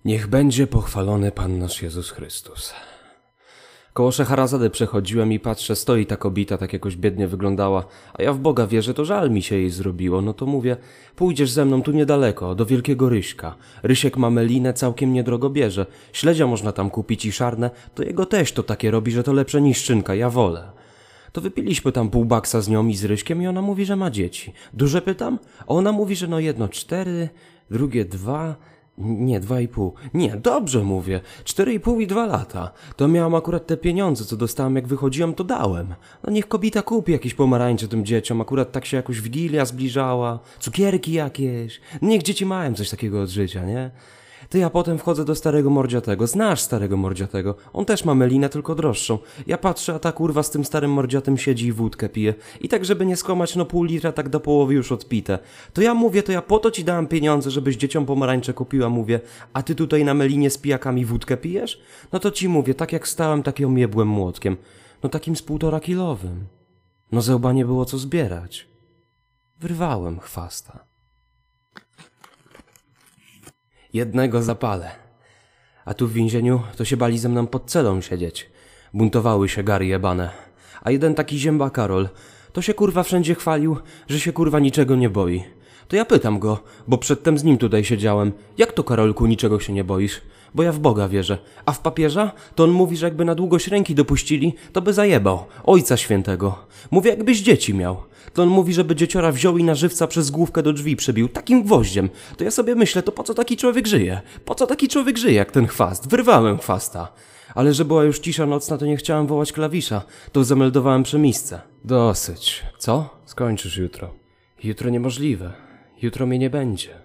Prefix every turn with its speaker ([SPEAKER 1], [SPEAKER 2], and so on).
[SPEAKER 1] Niech będzie pochwalony Pan nasz Jezus Chrystus. Koło Szecharazady przechodziłem i patrzę, stoi ta kobieta, tak jakoś biednie wyglądała, a ja w Boga wierzę, to żal mi się jej zrobiło. No to mówię, pójdziesz ze mną tu niedaleko, do Wielkiego Ryśka. Rysiek ma melinę, całkiem niedrogo bierze. Śledzia można tam kupić i szarne, to jego też to takie robi, że to lepsze niż szynka, ja wolę. To wypiliśmy tam pół baksa z nią i z Ryśkiem i ona mówi, że ma dzieci. Duże pytam? A ona mówi, że no jedno 4, drugie 2... Nie, 2,5. Nie, dobrze mówię. 4,5 i 2 lata. To miałam akurat te pieniądze, co dostałam jak wychodziłam, to dałem. No niech kobieta kupi jakieś pomarańcze tym dzieciom. Akurat tak się jakoś Wigilia zbliżała. Cukierki jakieś. Niech dzieci mają coś takiego od życia, nie? To ja potem wchodzę do starego mordziatego. Znasz starego mordziatego? On też ma melinę, tylko droższą. Ja patrzę, a ta kurwa z tym starym mordziatem siedzi i wódkę pije. I tak, żeby nie skłamać, no pół litra tak do połowy już odpite. To ja mówię, to ja po to ci dałem pieniądze, żebyś dzieciom pomarańcze kupiła, mówię. A ty tutaj na melinie z pijakami wódkę pijesz? No to ci mówię, tak jak stałem, tak ją jebłem młotkiem. No takim z 1,5-kilowym. No ze łba nie było co zbierać. Wyrwałem chwasta. Jednego zapalę. A tu w więzieniu to się bali ze mną pod celą siedzieć. Buntowały się gary jebane. A jeden taki zięba Karol, to się kurwa wszędzie chwalił, że się kurwa niczego nie boi. To ja pytam go, bo przedtem z nim tutaj siedziałem. Jak to, Karolku, niczego się nie boisz? Bo ja w Boga wierzę. A w papieża? To on mówi, że jakby na długość ręki dopuścili, to by zajebał. Ojca Świętego. Mówię, jakbyś dzieci miał. To on mówi, żeby dzieciora wziął i na żywca przez główkę do drzwi przybił. Takim gwoździem. To ja sobie myślę, to po co taki człowiek żyje? Po co taki człowiek żyje jak ten chwast? Wyrwałem chwasta. Ale że była już cisza nocna, to nie chciałem wołać klawisza. To zameldowałem przemisce. Dosyć. Co? Skończysz jutro. Jutro niemożliwe. Jutro mnie nie będzie.